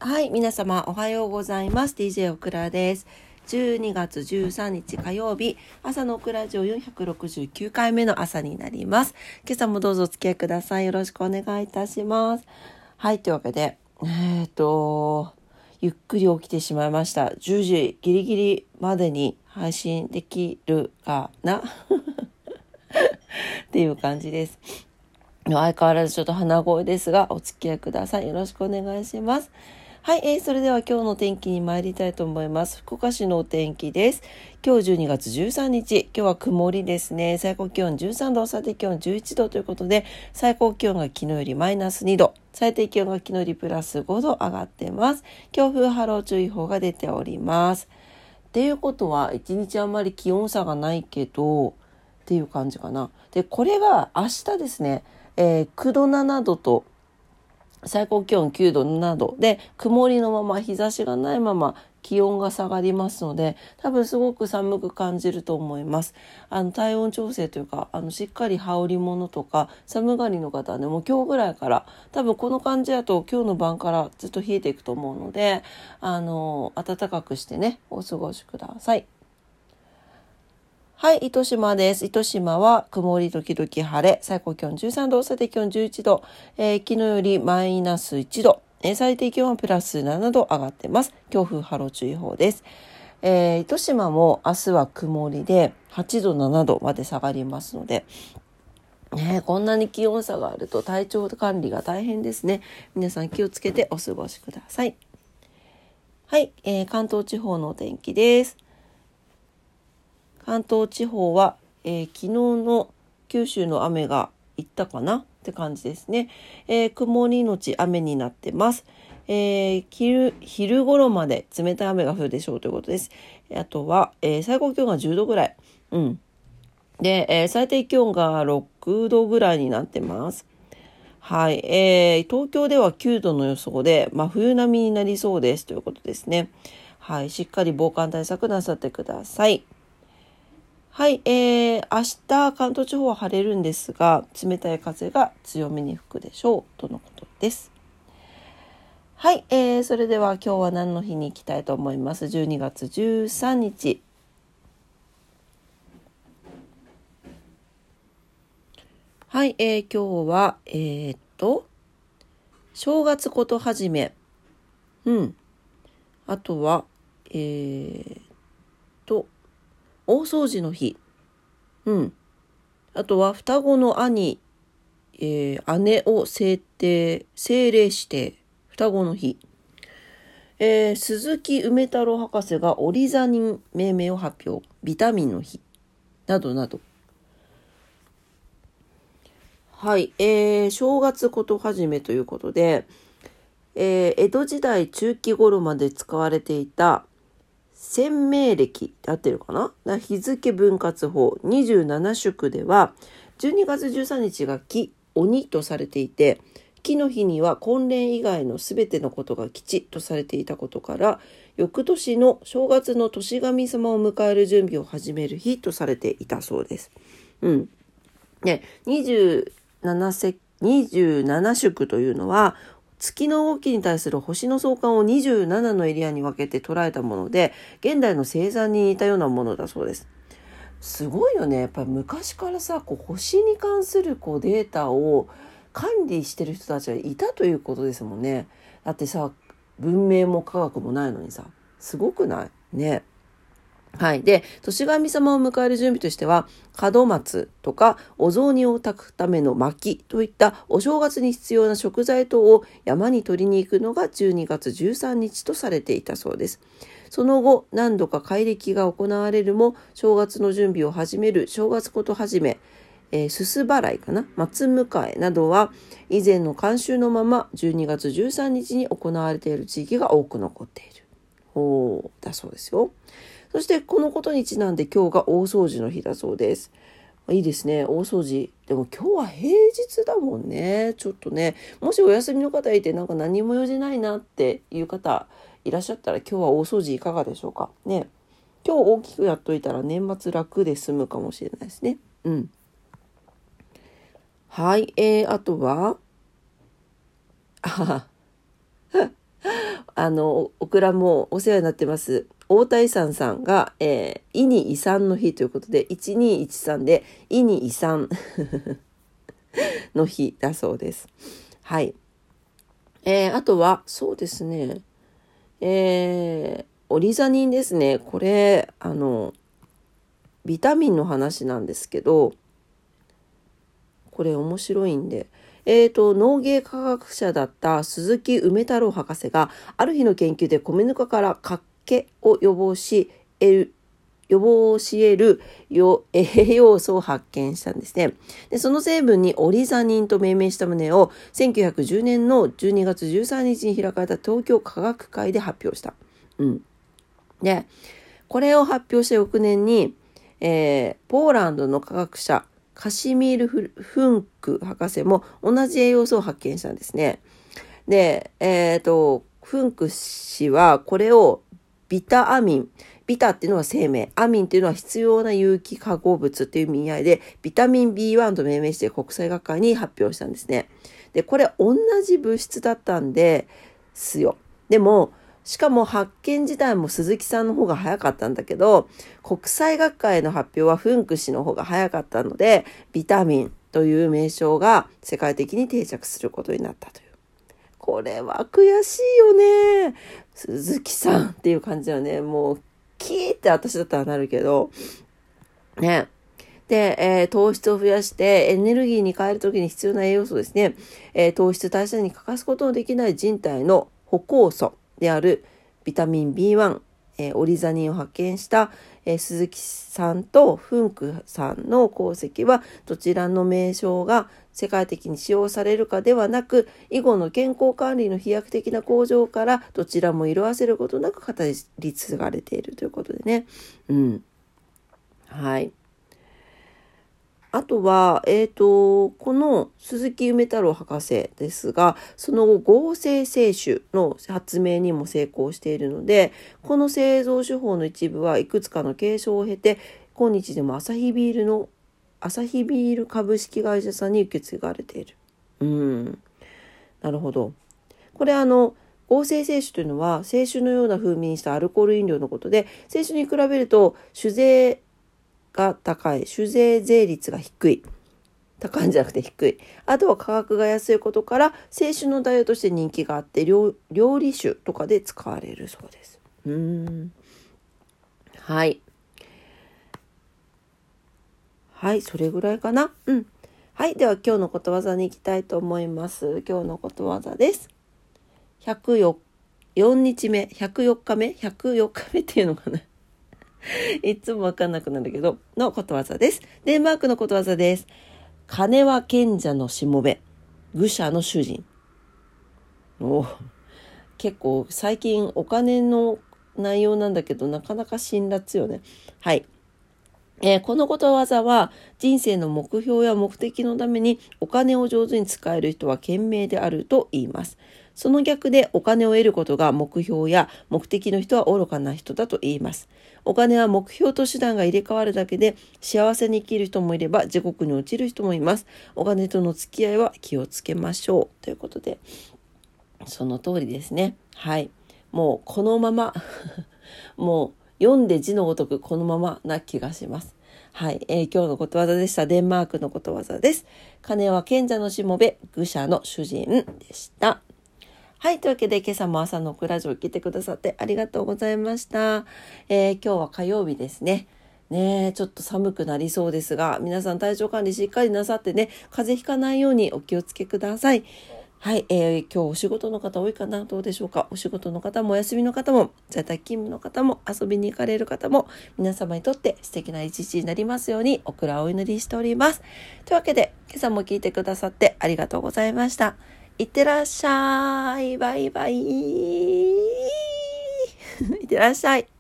はい、皆様おはようございます。DJ オクラです。12月13日火曜日、朝のオクラジオ469回目の朝になります。今朝もどうぞお付き合いください。よろしくお願いいたします。はい、というわけで、ゆっくり起きてしまいました。10時ギリギリまでに配信できるかなっていう感じです。相変わらずちょっと鼻声ですが、お付き合いください。よろしくお願いします。はい、それでは今日の天気に参りたいと思います。福岡市のお天気です。今日12月13日、今日は曇りですね。最高気温13度、最低気温11度ということで、最高気温が昨日よりマイナス2度、最低気温が昨日よりプラス5度上がってます。強風波浪注意報が出ております。っていうことは、一日あんまり気温差がないけど、っていう感じかな。で、これが明日ですね、9度7度と、最高気温9度7度で曇りのまま日差しがないまま気温が下がりますので、多分すごく寒く感じると思います。体温調整というかしっかり羽織物とか寒がりの方はね、もう今日ぐらいから多分この感じだと今日の晩からずっと冷えていくと思うので、暖かくしてねお過ごしください。はい、糸島です。糸島は曇り時々晴れ、最高気温13度、最低気温11度、昨日よりマイナス1度、最低気温はプラス7度上がってます。強風波浪注意報です。糸島も明日は曇りで8度、7度まで下がりますので、こんなに気温差があると体調管理が大変ですね。皆さん気をつけてお過ごしください。はい、関東地方のお天気です。関東地方は、昨日の九州の雨がいったかなって感じですね。曇りのち雨になってます。昼頃まで冷たい雨が降るでしょうということです。あとは、最高気温が10度ぐらい。で、最低気温が6度ぐらいになってます。はい、東京では9度の予想で、真冬並みになりそうですということですね。はい、しっかり防寒対策なさってください。はい、明日関東地方は晴れるんですが、冷たい風が強めに吹くでしょうとのことです。はい、それでは今日は何の日に行きたいと思います。12月13日。はい、今日は正月ことはじめ、あとは大掃除の日、あとは双子の兄、姉を精霊して双子の日、鈴木梅太郎博士がオリザニン命名を発表、ビタミンの日などなど。はい、正月ことはじめということで、江戸時代中期頃まで使われていた鮮明暦って合ってるかな？日付分割法27祝では12月13日が忌鬼とされていて、忌の日には婚礼以外のすべてのことが吉とされていたことから、翌年の正月の年神様を迎える準備を始める日とされていたそうです。27祝というのは月の動きに対する星の相関を27のエリアに分けて捉えたもので、現代の星座に似たようなものだそうです。すごいよね。やっぱり昔からさ、星に関するデータを管理してる人たちがいたということですもんね。だってさ、文明も科学もないのにさ、すごくないね。はい。で、年神様を迎える準備としては、門松とかお雑煮を炊くための薪といったお正月に必要な食材等を山に取りに行くのが12月13日とされていたそうです。その後、何度か改暦が行われるも、正月の準備を始める正月ことはじめ、すす払いかな、松迎えなどは以前の慣習のまま12月13日に行われている地域が多く残っている。だそうですよ。そしてこのことにちなんで今日が大掃除の日だそうです。いいですね、大掃除。でも今日は平日だもんね。ちょっとね、もしお休みの方いて何も用事ないなっていう方いらっしゃったら、今日は大掃除いかがでしょうかね。今日大きくやっといたら年末楽で済むかもしれないですね。はい、あとはオクラもお世話になってます。大田遺産さんが、伊に遺産の日ということで、1213で、伊に遺産の日だそうです。はい。あとは、そうですね。オリザニンですね。これ、ビタミンの話なんですけど、これ面白いんで。農芸科学者だった鈴木梅太郎博士が、ある日の研究で米ぬかから活気を予防し得る栄養素を発見したんですね。で、その成分にオリザニンと命名した旨を1910年の12月13日に開かれた東京科学会で発表した。で、これを発表した翌年に、ポーランドの科学者カシミール・フンク博士も同じ栄養素を発見したんですね。で、フンク氏はこれをビタアミン、ビタっていうのは生命、アミンっていうのは必要な有機化合物っていう意味合いでビタミン B1 と命名して国際学会に発表したんですね。で、これ同じ物質だったんですよ。でもしかも発見自体も鈴木さんの方が早かったんだけど、国際学会の発表はフンク氏の方が早かったので、ビタミンという名称が世界的に定着することになったという。これは悔しいよね。鈴木さんっていう感じだよね。もうキーって私だったらなるけど。ね。で、糖質を増やしてエネルギーに変えるときに必要な栄養素ですね。糖質代謝に欠かすことのできない人体の歩行素であるビタミン B1、オリザニンを発見した、鈴木さんとフンクさんの功績はどちらの名称が世界的に使用されるかではなく、以後の健康管理の飛躍的な向上からどちらも色あせることなく語り継がれているということでね。はい。あとは、この鈴木梅太郎博士ですが、その後合成製酒の発明にも成功しているので、この製造手法の一部はいくつかの継承を経て、今日でもアサヒビール株式会社さんに受け継がれている。なるほど。これ合成製酒というのは清酒のような風味にしたアルコール飲料のことで、清酒に比べると酒税が高い、酒税税率が低い、高いんじゃなくて低い、あとは価格が安いことから清酒の代用として人気があって、料理酒とかで使われるそうです。はい、それぐらいかな。はい、では今日のことわざに行きたいと思います。今日のことわざです。104日目104日目っていうのかな。いつもわかんなくなるけどのことわざです。デンマークのことわざです。金は賢者のしもべ、愚者の主人。結構最近お金の内容なんだけど、なかなか辛辣よね。はい。このことわざは人生の目標や目的のためにお金を上手に使える人は賢明であると言います。その逆でお金を得ることが目標や目的の人は愚かな人だと言います。お金は目標と手段が入れ替わるだけで幸せに生きる人もいれば地獄に落ちる人もいます。お金との付き合いは気をつけましょうということで、その通りですね。はい。もうこのままもう読んで字のごとくこのままな気がします。はい、今日のことわざでした。デンマークのことわざです。金は賢者のしもべ、愚者の主人でした。はい、というわけで今朝も朝のクラジオを聞いてくださってありがとうございました。今日は火曜日ですね。ちょっと寒くなりそうですが、皆さん体調管理しっかりなさってね、風邪ひかないようにお気をつけください。はい、今日お仕事の方多いかな、どうでしょうか。お仕事の方もお休みの方も在宅勤務の方も遊びに行かれる方も皆様にとって素敵な一日になりますようにお祈りしております。というわけで今朝も聞いてくださってありがとうございました。いってらっしゃい。バイバイ。いってらっしゃい。